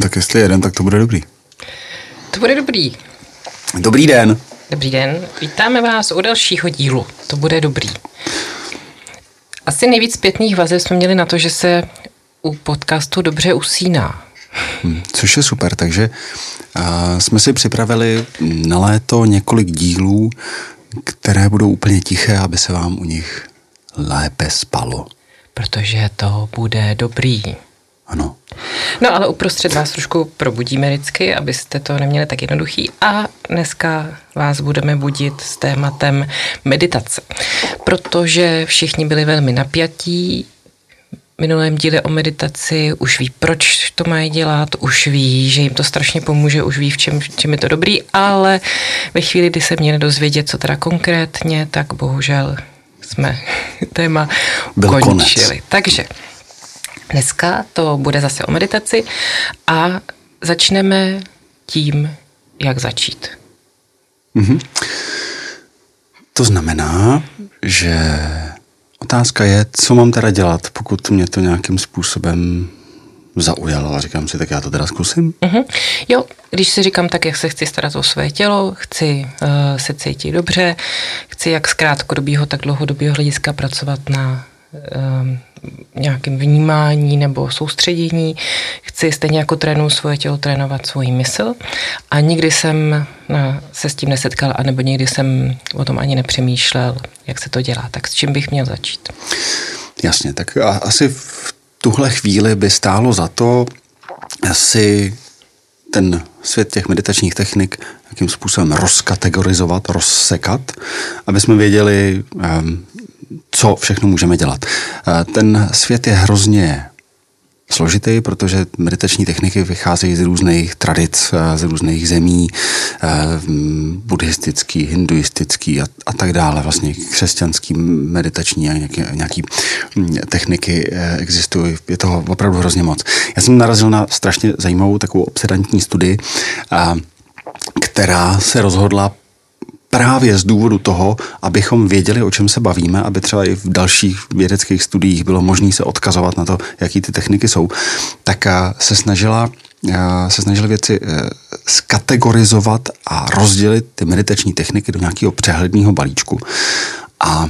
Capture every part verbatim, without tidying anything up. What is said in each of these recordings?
tak jestli jeden, tak to bude dobrý. To bude dobrý. Dobrý den. Dobrý den. Vítáme vás u dalšího dílu. To bude dobrý. Asi nejvíc zpětných vazeb jsme měli na to, že se u podcastu dobře usíná. Hmm, což je super, takže uh, jsme si připravili na léto několik dílů, které budou úplně tiché, aby se vám u nich lépe spalo. Protože to bude dobrý. Ano. No ale uprostřed vás trošku probudíme vždycky, abyste to neměli tak jednoduchý. A dneska vás budeme budit s tématem meditace. Protože všichni byli velmi napjatí. V minulém díle o meditaci už ví, proč to mají dělat, už ví, že jim to strašně pomůže, už ví, v čem, v čem je to dobrý, ale ve chvíli, kdy se měli dozvědět, co teda konkrétně, tak bohužel jsme téma Byl končili. Konec. Takže dneska to bude zase o meditaci a začneme tím, jak začít. Mhm. To znamená, že otázka je, co mám teda dělat, pokud mě to nějakým způsobem zaujalo. A říkám si, tak já to teda zkusím. Mhm. Jo, když si říkám tak, jak se chci starat o své tělo, chci uh, se cítit dobře, chci jak z krátkodobého, tak dlouhodobého hlediska pracovat na um, nějakém vnímání nebo soustředění. Chci stejně jako trénuji svoje tělo, trénovat svoji mysl. A nikdy jsem na, se s tím nesetkal, anebo nikdy jsem o tom ani nepřemýšlel, jak se to dělá. Tak s čím bych měl začít? Jasně, tak a, asi v tuhle chvíli by stálo za to si ten svět těch meditačních technik jakým způsobem rozkategorizovat, rozsekat, aby jsme věděli, co všechno můžeme dělat. Ten svět je hrozně složitý, protože meditační techniky vycházejí z různých tradic, z různých zemí, buddhistický, hinduistický a, a tak dále. Vlastně křesťanský, meditační a nějaké, nějaké techniky existují. Je toho opravdu hrozně moc. Já jsem narazil na strašně zajímavou takovou obsedantní studii, která se rozhodla právě z důvodu toho, abychom věděli, o čem se bavíme, aby třeba i v dalších vědeckých studiích bylo možné se odkazovat na to, jaký ty techniky jsou, tak se snažila, se snažila věci skategorizovat a rozdělit ty meditační techniky do nějakého přehledného balíčku. A, a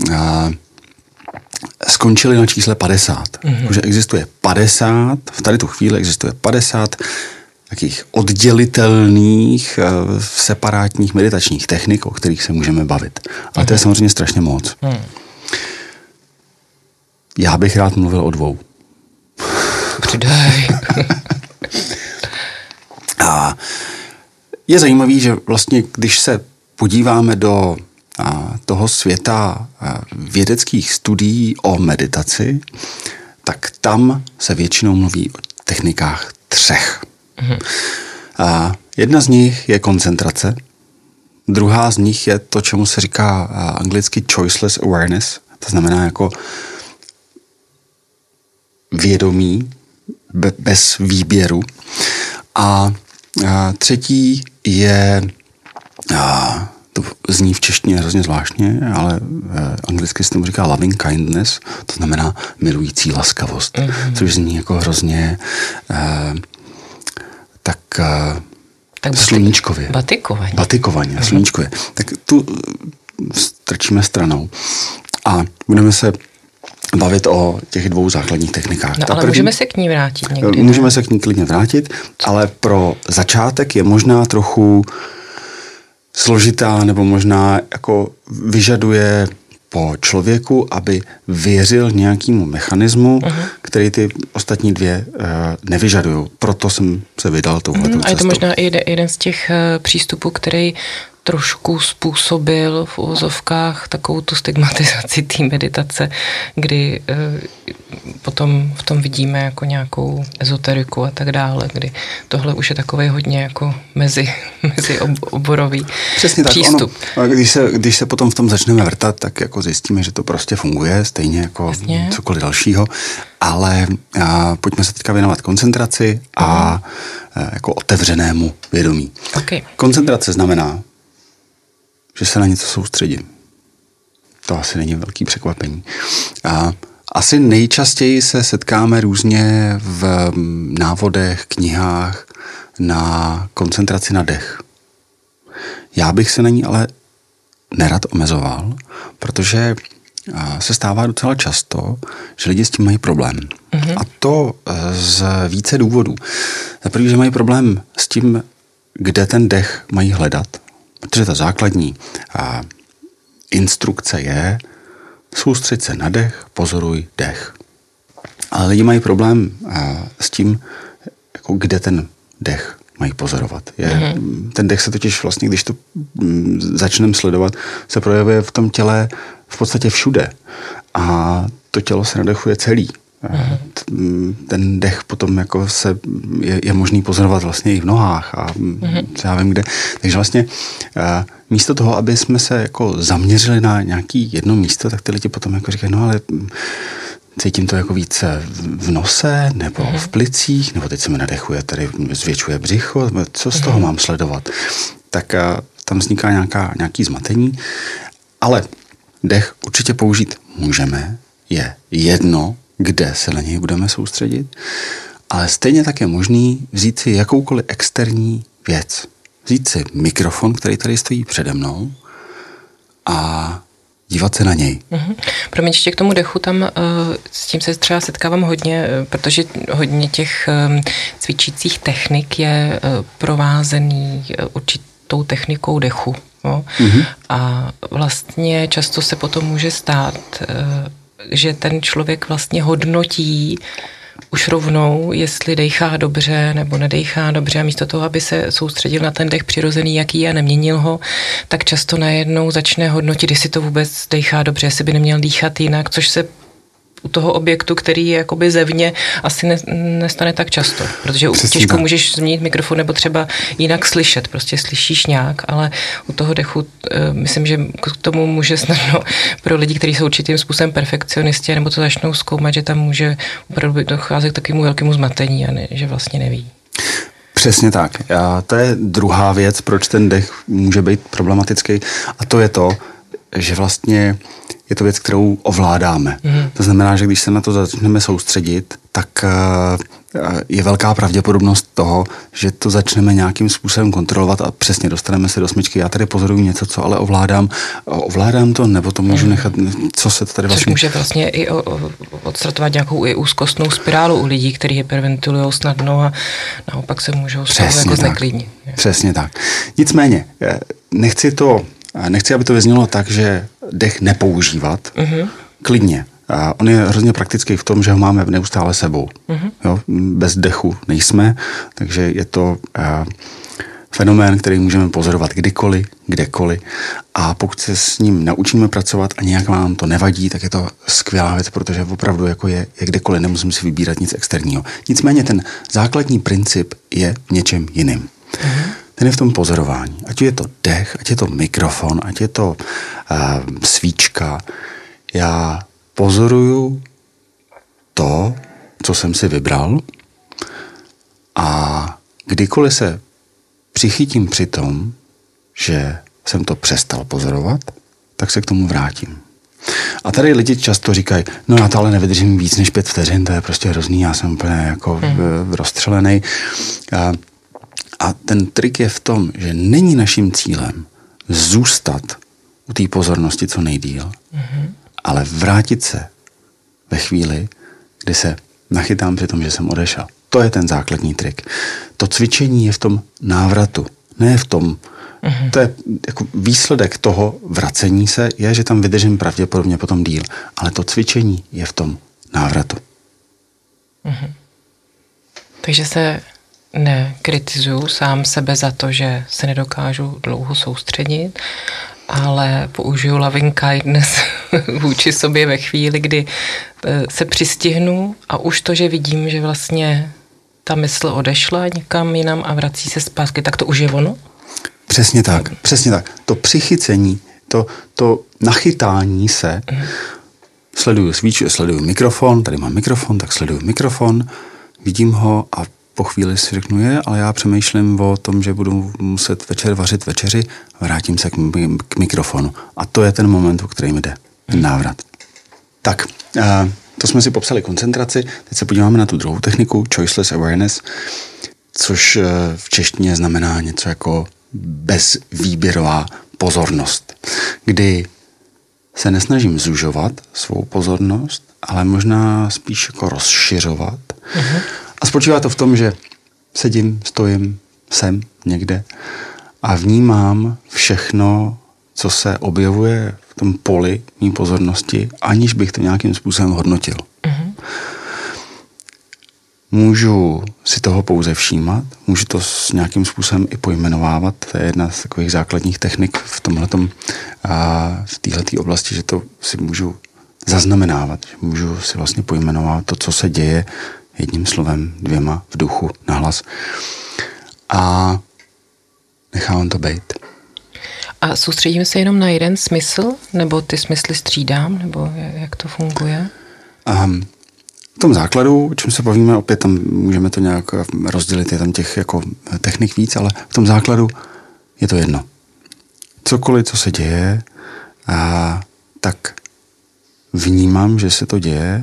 skončili na čísle padesát. Mm-hmm. Takže existuje padesát, v tady tu chvíli existuje padesát takých oddělitelných, separátních meditačních technik, o kterých se můžeme bavit. Ale to je samozřejmě strašně moc. Hmm. Já bych rád mluvil o dvou. Přidej. A je zajímavý, že vlastně, když se podíváme do toho světa vědeckých studií o meditaci, tak tam se většinou mluví o technikách třech. Mm-hmm. A jedna z nich je koncentrace, druhá z nich je to, čemu se říká anglicky choiceless awareness, to znamená jako vědomí be, bez výběru. A, a třetí je, a, to zní v češtině hrozně zvláštně, ale e, anglicky se tomu říká loving kindness, to znamená milující laskavost, mm-hmm. což zní jako hrozně e, tak, tak sluníčkově. Batikovaně. Batikovaně, uh-huh. sluníčkově. Tak tu strčíme stranou a budeme se bavit o těch dvou základních technikách. No, Ta ale první, můžeme se k ní vrátit někdy. Můžeme ne? se k ní klidně vrátit, ale pro začátek je možná trochu složitá nebo možná jako vyžaduje po člověku, aby věřil nějakému mechanismu, uh-huh. který ty ostatní dvě uh, nevyžadují. Proto jsem se vydal touhletou uh-huh. cestou. A je to možná i jeden z těch uh, přístupů, který trošku způsobil v uvozovkách takovou tu stigmatizaci té meditace, kdy uh, potom v tom vidíme jako nějakou ezoteriku a tak dále, kdy tohle už je takový hodně jako mezi, mezi oborový Přesně tak, přístup. Ono, když, se, když se potom v tom začneme vrtat, tak jako zjistíme, že to prostě funguje, stejně jako Jasně. cokoliv dalšího, ale a, pojďme se teďka věnovat koncentraci a, a jako otevřenému vědomí. Okay. Koncentrace znamená, že se na něco soustředím. To asi není velký překvapení. A, Asi nejčastěji se setkáme různě v návodech, knihách na koncentraci na dech. Já bych se na ní ale nerad omezoval, protože se stává docela často, že lidi s tím mají problém. Mm-hmm. A to z více důvodů. Za první, že mají problém s tím, kde ten dech mají hledat, protože ta základní a, instrukce je soustřeď se na dech, pozoruj dech. Ale lidi mají problém a, s tím, jako kde ten dech mají pozorovat. Je, mm-hmm. Ten dech se totiž vlastně, když to m, začneme sledovat, se projevuje v tom těle v podstatě všude. A to tělo se nadechuje celý. Mm-hmm. Ten dech potom jako se je, je možný pozorovat vlastně i v nohách a mm-hmm. já vím kde. Takže vlastně a, místo toho, aby jsme se jako zaměřili na nějaký jedno místo, tak ty lidi potom jako říkají, no ale cítím to jako více v nose, nebo mm-hmm. v plicích, nebo teď se mi nadechuje, tady zvětšuje břicho, co z mm-hmm. toho mám sledovat? Tak a, tam vzniká nějaká, nějaký zmatení, ale dech určitě použít můžeme, je jedno, kde se na něj budeme soustředit, ale stejně tak je možný vzít si jakoukoliv externí věc. Vzít si mikrofon, který tady stojí přede mnou a dívat se na něj. Mm-hmm. Pro mě ještě k tomu dechu tam, uh, s tím se třeba setkávám hodně, protože hodně těch um, cvičících technik je uh, provázený uh, určitou technikou dechu. No? Mm-hmm. A vlastně často se potom může stát, uh, že ten člověk vlastně hodnotí už rovnou, jestli dejchá dobře nebo nedejchá dobře a místo toho, aby se soustředil na ten dech přirozený, jaký je a neměnil ho, tak často najednou začne hodnotit, jestli to vůbec dejchá dobře, jestli by neměl dýchat jinak, což se u toho objektu, který je jakoby zevně, asi ne, nestane tak často, protože Přesně těžko tak. můžeš změnit mikrofon nebo třeba jinak slyšet, prostě slyšíš nějak, ale u toho dechu myslím, že k tomu může snadno pro lidi, kteří jsou určitým způsobem perfekcionisti nebo to začnou zkoumat, že tam může opravdu docházet k takovému velkému zmatení a ne, že vlastně neví. Přesně tak. A to je druhá věc, proč ten dech může být problematický a to je to, že vlastně je to věc, kterou ovládáme. Mm. To znamená, že když se na to začneme soustředit, tak je velká pravděpodobnost toho, že to začneme nějakým způsobem kontrolovat a přesně dostaneme se do smyčky. Já tady pozoruju něco, co ale ovládám. Ovládám to, nebo to můžu nechat, co se tady vlastně... Což může vlastně i odstartovat nějakou i úzkostnou spirálu u lidí, kteří hyperventilujou snadno a naopak se můžou z toho jako zneklidnit. Přesně tak. Nicméně, nechci to Nechci, aby to vyznělo tak, že dech nepoužívat. Uh-huh. Klidně. A on je hrozně praktický v tom, že ho máme neustále sebou. Uh-huh. Jo? Bez dechu nejsme, takže je to a, fenomén, který můžeme pozorovat kdykoliv, kdekoliv. A pokud se s ním naučíme pracovat a nějak vám to nevadí, tak je to skvělá věc, protože opravdu jako je, je kdekoliv, nemusím si vybírat nic externího. Nicméně ten základní princip je v něčem jiným. Uh-huh. Ten je v tom pozorování. Ať je to dech, ať je to mikrofon, ať je to uh, svíčka. Já pozoruju to, co jsem si vybral a kdykoliv se přichytím při tom, že jsem to přestal pozorovat, tak se k tomu vrátím. A tady lidi často říkají, no já to ale nevydržím víc než pět vteřin, to je prostě hrozný, já jsem úplně jako hmm. rozstřelený. Uh, A ten trik je v tom, že není naším cílem zůstat u té pozornosti co nejdýl, mm-hmm. ale vrátit se ve chvíli, kdy se nachytám při tom, že jsem odešel. To je ten základní trik. To cvičení je v tom návratu, ne v tom, mm-hmm. to je jako výsledek toho vracení se, je, že tam vydržím pravděpodobně potom díl, ale to cvičení je v tom návratu. Mm-hmm. Takže se nekritizuju sám sebe za to, že se nedokážu dlouho soustředit, ale použiju loving kindness vůči sobě ve chvíli, kdy se přistihnu a už to, že vidím, že vlastně ta mysl odešla někam jinam a vrací se zpátky, tak to už je ono? Přesně tak, přesně tak. To přichycení, to, to nachytání se, mm. sleduju svíčku, sleduju mikrofon, tady mám mikrofon, tak sleduju mikrofon, vidím ho a po chvíli si řeknu je, ale já přemýšlím o tom, že budu muset večer vařit večeři, vrátím se k, k mikrofonu. A to je ten moment, o kterým jde, ten návrat. Tak, uh, To jsme si popsali koncentraci, teď se podíváme na tu druhou techniku, choiceless awareness, což v češtině znamená něco jako bezvýběrová pozornost, kdy se nesnažím zužovat svou pozornost, ale možná spíš jako rozšiřovat. Uh-huh. A spočívá to v tom, že sedím, stojím, jsem někde a vnímám všechno, co se objevuje v tom poli mý pozornosti, aniž bych to nějakým způsobem hodnotil. Uh-huh. Můžu si toho pouze všímat, můžu to s nějakým způsobem i pojmenovávat. To je jedna z takových základních technik v tomhletom, a v téhleté oblasti, že to si můžu zaznamenávat, že můžu si vlastně pojmenovat to, co se děje jedním slovem, dvěma, v duchu, nahlas. A nechávám to být. A soustředím se jenom na jeden smysl? Nebo ty smysly střídám? Nebo jak to funguje? Um, V tom základu, o čem se bavíme, opět tam můžeme to nějak rozdělit, je tam těch jako technik víc, ale v tom základu je to jedno. Cokoliv, co se děje, a tak vnímám, že se to děje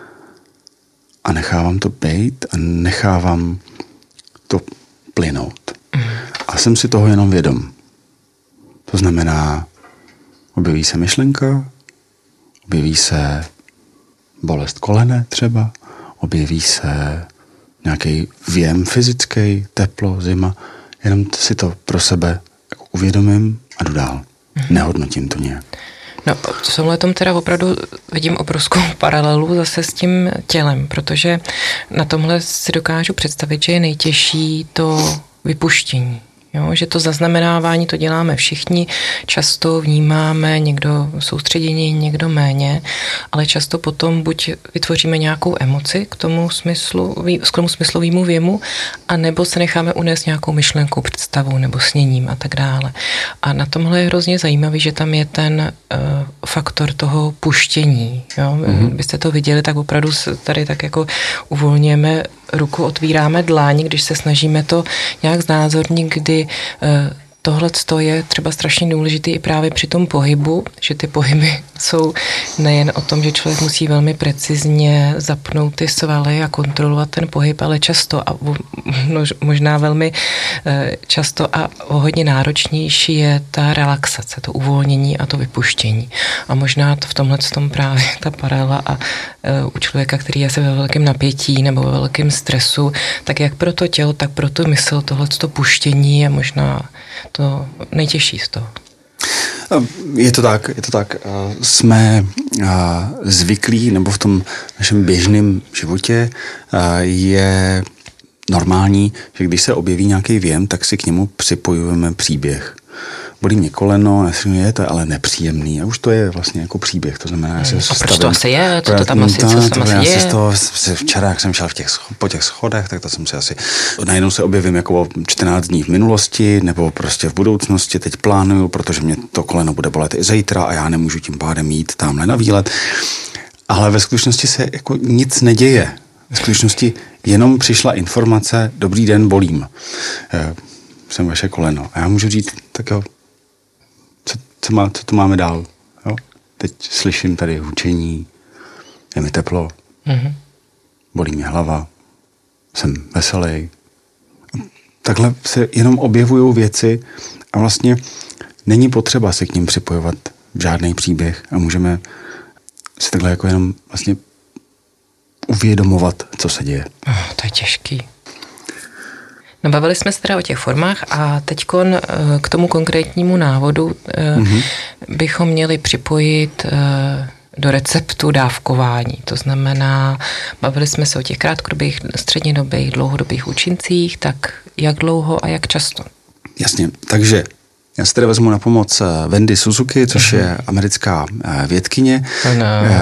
a nechávám to být a nechávám to plynout. Mm. A jsem si toho jenom vědom. To znamená, objeví se myšlenka, objeví se bolest kolene třeba, objeví se nějaký věm fyzický, teplo, zima, jenom si to pro sebe jako uvědomím a jdu dál. Mm-hmm. Nehodnotím to nějak. No, v tomhle tom teda opravdu vidím obrovskou paralelu zase s tím tělem, protože na tomhle si dokážu představit, že je nejtěžší to vypuštění. Jo, že to zaznamenávání to děláme všichni, často vnímáme někdo soustředění, někdo méně, ale často potom buď vytvoříme nějakou emoci k tomu smyslu, k tomu smyslovému věmu, anebo se necháme unést nějakou myšlenkou, představou nebo sněním a tak dále. A na tomhle je hrozně zajímavý, že tam je ten uh, faktor toho puštění. Jo? Mm-hmm. Byste to viděli, tak opravdu tady tak jako uvolňujeme ruku, otvíráme dláň, když se snažíme to nějak znázornit, kdy tohle je třeba strašně důležitý i právě při tom pohybu, že ty pohyby jsou nejen o tom, že člověk musí velmi precizně zapnout ty svaly a kontrolovat ten pohyb, ale často a možná velmi často a hodně náročnější je ta relaxace, to uvolnění a to vypuštění. A možná to v tomhle tom právě ta paralela a u člověka, který je se ve velkém napětí nebo ve velkém stresu, tak jak pro to tělo, tak pro tu mysl tohleto puštění je možná to nejtěžší z toho. Je to tak, je to tak. Jsme zvyklí, nebo v tom našem běžném životě je normální, že když se objeví nějaký věm, tak si k němu připojujeme příběh. Bolí mě koleno, já si je to ale nepříjemný. A už to je vlastně jako příběh, to znamená, že se a proč to asi je? Co to tam asi, co se tam asi děje? Z toho, včera, jak jsem šel v těch, po těch schodech, tak to jsem si asi, najednou se objevím jako čtrnáct dní v minulosti, nebo prostě v budoucnosti, teď plánuju, protože mě to koleno bude bolet i zítra a já nemůžu tím pádem jít tamhle na výlet. Ale ve skutečnosti se jako nic neděje. Ve skutečnosti jenom přišla informace, dobrý den, bolím. Jsem vaše koleno. A já můžu říct, tak jo, co, co, má, co tu máme dál? Jo? Teď slyším tady hučení, je mi teplo, mm-hmm. bolí mě hlava, jsem veselý. Takhle se jenom objevují věci a vlastně není potřeba se k ním připojovat žádný příběh a můžeme si takhle jako jenom vlastně uvědomovat, co se děje. Oh, to je těžký. No, bavili jsme se teda o těch formách a teďkon k tomu konkrétnímu návodu mm-hmm. bychom měli připojit do receptu dávkování. To znamená, bavili jsme se o těch krátkodobých, střednědobých, dlouhodobých účincích, tak jak dlouho a jak často? Jasně, takže já se tedy vezmu na pomoc Wendy Suzuki, což mm-hmm. je americká vědkyně. No.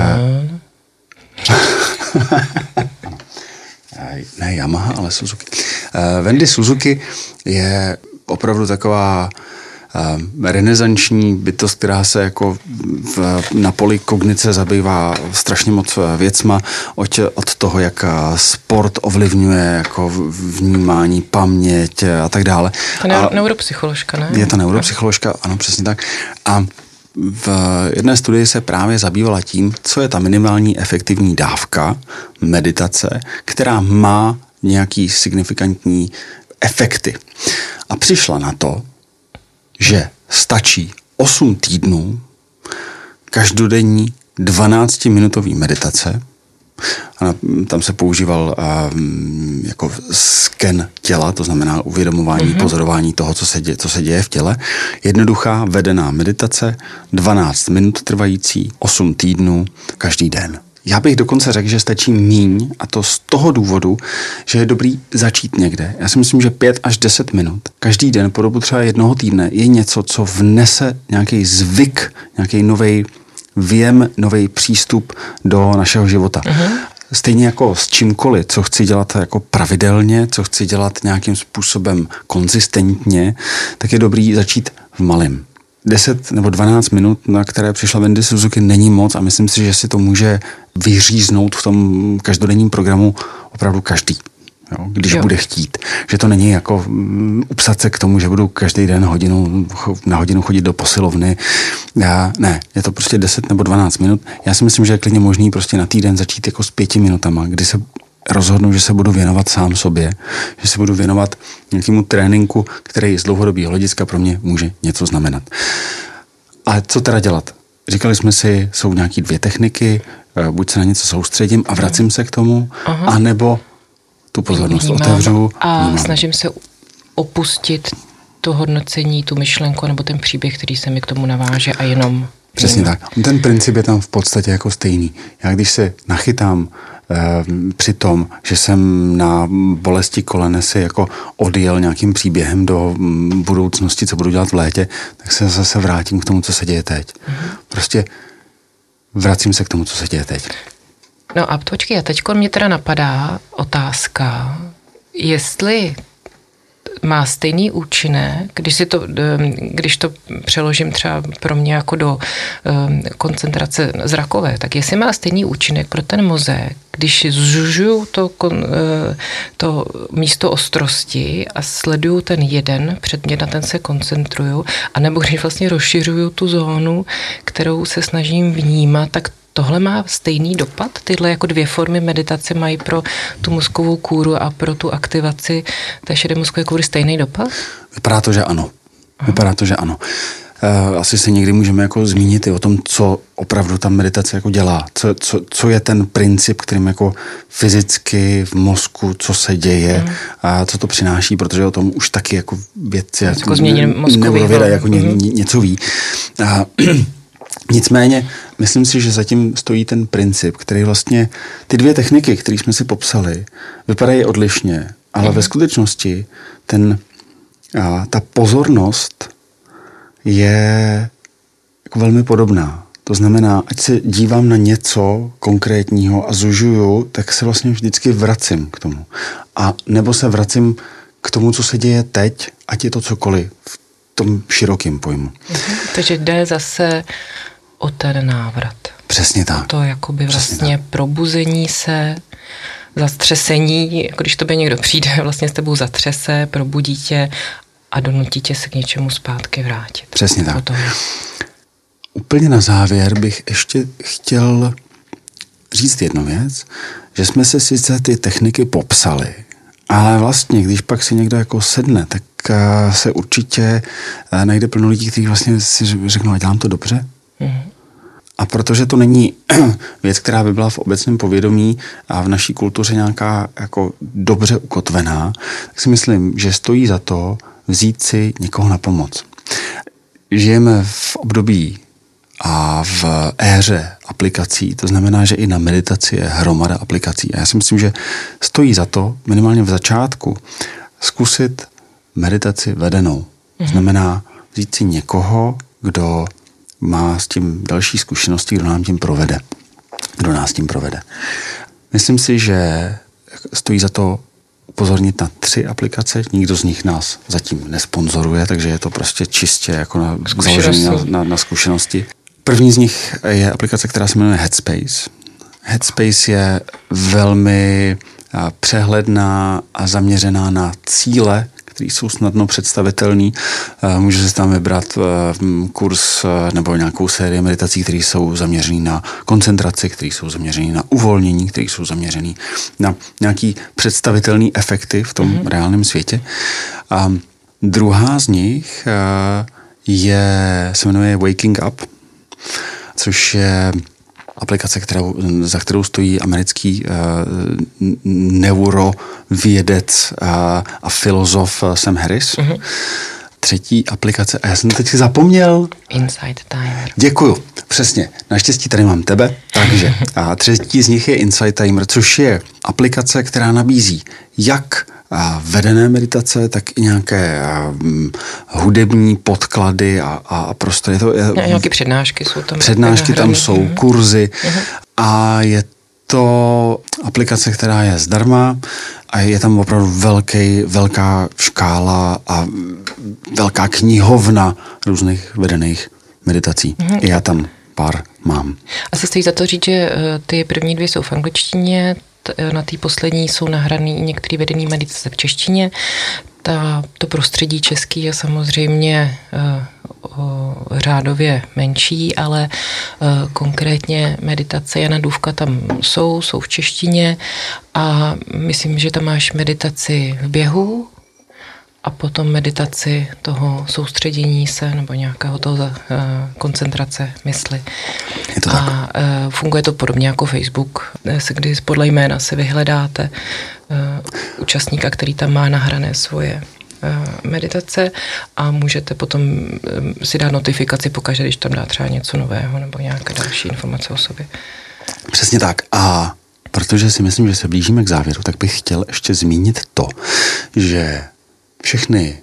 Ne Yamaha, ale Suzuki. Uh, Wendy Suzuki je opravdu taková uh, renesanční bytost, která se jako v, na poli kognice zabývá strašně moc věcma, od, od toho, jak sport ovlivňuje jako vnímání, paměť a tak dále. To je neuropsycholožka, ne? Je to neuropsycholožka, ano, přesně tak. A v jedné studii se právě zabývala tím, co je ta minimální efektivní dávka meditace, která má nějaký signifikantní efekty. A přišla na to, že stačí osm týdnů každodenní dvanáctiminutový meditace. A tam se používal um, jako sken těla, to znamená uvědomování, mm-hmm. pozorování toho, co se, děje, co se děje v těle. Jednoduchá vedená meditace, dvanáct minut trvající, osm týdnů, každý den. Já bych dokonce řekl, že stačí míň, a to z toho důvodu, že je dobrý začít někde. Já si myslím, že pět až deset minut každý den po dobu třeba jednoho týdne je něco, co vnese nějaký zvyk, nějaký novej věm, nový přístup do našeho života. Uh-huh. Stejně jako s čímkoliv, co chci dělat jako pravidelně, co chci dělat nějakým způsobem konzistentně, tak je dobrý začít v malém. deset nebo dvanáct minut, na které přišla Wendy Suzuki, není moc a myslím si, že si to může vyříznout v tom každodenním programu opravdu každý. Jo, když jo. bude chtít. Že to není jako um, upsat se k tomu, že budu každý den hodinu, na hodinu chodit do posilovny. Já, ne, je to prostě deset nebo dvanáct minut. Já si myslím, že je klidně možný prostě na týden začít jako s pěti minutama, kdy se rozhodnu, že se budu věnovat sám sobě, že se budu věnovat nějakému tréninku, který z dlouhodobého hlediska pro mě může něco znamenat. Ale co teda dělat? Říkali jsme si, jsou nějaké dvě techniky, buď se na něco soustředím a vracím se k tomu, Aha. anebo tu pozornost vnímám otevřu. A vnímám. snažím se opustit to hodnocení, tu myšlenku nebo ten příběh, který se mi k tomu naváže a jenom... Přesně tak. Ten princip je tam v podstatě jako stejný. Já když se nachytám eh, při tom, že jsem na bolesti kolene si jako odjel nějakým příběhem do m, budoucnosti, co budu dělat v létě, tak se zase vrátím k tomu, co se děje teď. Mm-hmm. Prostě vracím se k tomu, co se děje teď. No a počkej, a teďko mě teda napadá otázka, jestli má stejný účinek, když, si to, když to přeložím třeba pro mě jako do koncentrace zrakové, tak jestli má stejný účinek pro ten mozek, když zužuju to, to místo ostrosti a sleduju ten jeden předmět, na ten se koncentruju, anebo když vlastně rozšiřuju tu zónu, kterou se snažím vnímat, tak tohle má stejný dopad? Tyhle jako dvě formy meditace mají pro tu mozkovou kůru a pro tu aktivaci té šedé mozkové kůry stejný dopad? Vypadá to, že ano. Aha. Vypadá to, že ano. Asi se někdy můžeme jako zmínit i o tom, co opravdu ta meditace jako dělá. Co, co, co je ten princip, kterým jako fyzicky v mozku, co se děje mm. a co to přináší, protože o tom už taky jako vědci jako neurověda jako ně, ně, něco ví. A nicméně, myslím si, že zatím stojí ten princip, který vlastně, ty dvě techniky, které jsme si popsali, vypadají odlišně, ale mm. ve skutečnosti ten, a, ta pozornost je jako velmi podobná. To znamená, ať se dívám na něco konkrétního a zužuju, tak se vlastně vždycky vracím k tomu. A nebo se vracím k tomu, co se děje teď, ať je to cokoliv v tom širokém pojmu. Mhm. Takže jde zase o ten návrat. Přesně tak. O to jakoby vlastně probuzení se, zatřesení, jako když tobě někdo přijde, vlastně s tebou zatřese, probudí tě a donutí tě se k něčemu zpátky vrátit. Přesně tak. Potom. Úplně na závěr bych ještě chtěl říct jednu věc, že jsme se sice ty techniky popsali, ale vlastně, když pak si někdo jako sedne, tak se určitě najde plno lidí, kteří vlastně si řeknou, a dělám to dobře. Mm-hmm. A protože to není věc, která by byla v obecném povědomí a v naší kultuře nějaká jako dobře ukotvená, tak si myslím, že stojí za to vzít si někoho na pomoc. Žijeme v období a v éře aplikací, to znamená, že i na meditaci je hromada aplikací. A já si myslím, že stojí za to minimálně v začátku zkusit meditaci vedenou. To znamená vzít si někoho, kdo má s tím další zkušenosti, kdo nám tím provede. Kdo nás tím provede. Myslím si, že stojí za to upozornit na tři aplikace. Nikdo z nich nás zatím nesponzoruje, takže je to prostě čistě jako na založení na, na, na zkušenosti. První z nich je aplikace, která se jmenuje Headspace. Headspace je velmi přehledná a zaměřená na cíle, které jsou snadno představitelné. Může se tam vybrat kurz nebo nějakou sérii meditací, které jsou zaměřené na koncentraci, které jsou zaměřené na uvolnění, které jsou zaměřené na nějaký představitelný efekty v tom mm-hmm. reálném světě. A druhá z nich je, se jmenuje Waking Up, což je aplikace, kterou, za kterou stojí americký uh, neurovědec uh, a filozof Sam Harris. Mm-hmm. Třetí aplikace, a já jsem teď zapomněl. Insight Timer. Děkuju, přesně. Naštěstí tady mám tebe. Takže a třetí z nich je Insight Timer, což je aplikace, která nabízí jak a vedené meditace, tak i nějaké um, hudební podklady a, a prostě je to... Je, no, nějaké přednášky jsou tam. Přednášky tam jsou, mm. kurzy mm. a je to aplikace, která je zdarma a je tam opravdu velký, velká škála a velká knihovna různých vedených meditací. Mm. Já tam pár mám. Asi stojí za to říct, že ty první dvě jsou v angličtině, na té poslední jsou nahraný některé vedené meditace v češtině. Ta, to prostředí český je samozřejmě uh, uh, řádově menší, ale uh, konkrétně meditace Jana Důvka tam jsou, jsou v češtině a myslím, že tam máš meditaci v běhu a potom meditaci toho soustředění se nebo nějakého toho uh, koncentrace mysli. Je to tak. A uh, funguje to podobně jako Facebook, kdy podle jména si vyhledáte uh, účastníka, který tam má nahrané svoje uh, meditace a můžete potom um, si dát notifikaci pokaždé, když tam dá třeba něco nového nebo nějaké další informace o sobě. Přesně tak. A protože si myslím, že se blížíme k závěru, tak bych chtěl ještě zmínit to, že všechny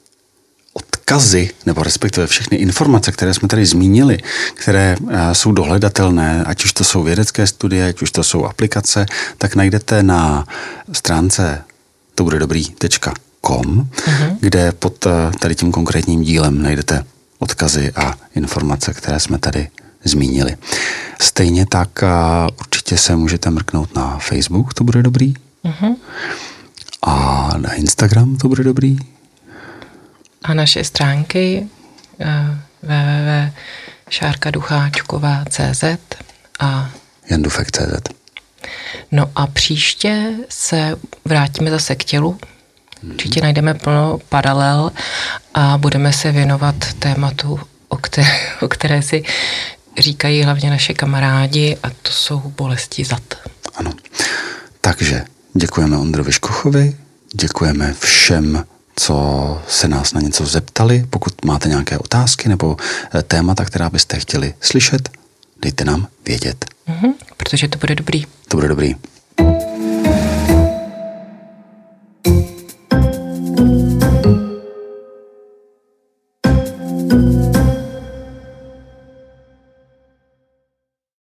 odkazy, nebo respektive všechny informace, které jsme tady zmínili, které jsou dohledatelné, ať už to jsou vědecké studie, ať už to jsou aplikace, tak najdete na stránce to bude dobrý tečka com, uh-huh. kde pod tady tím konkrétním dílem najdete odkazy a informace, které jsme tady zmínili. Stejně tak určitě se můžete mrknout na Facebook, to bude dobrý. Uh-huh. A na Instagram to bude dobrý. A naše stránky uh, w w w tečka šárka ducháčková tečka cé zet a jandufek tečka cé zet. No a příště se vrátíme zase k tělu. Určitě najdeme plno paralel a budeme se věnovat tématu, o které, o které si říkají hlavně naše kamarádi, a to jsou bolesti zad. Ano. Takže děkujeme Ondrovi Škochovi, děkujeme všem, co se nás na něco zeptali. Pokud máte nějaké otázky nebo témata, která byste chtěli slyšet, dejte nám vědět. Mm-hmm, protože to bude dobrý. To bude dobrý.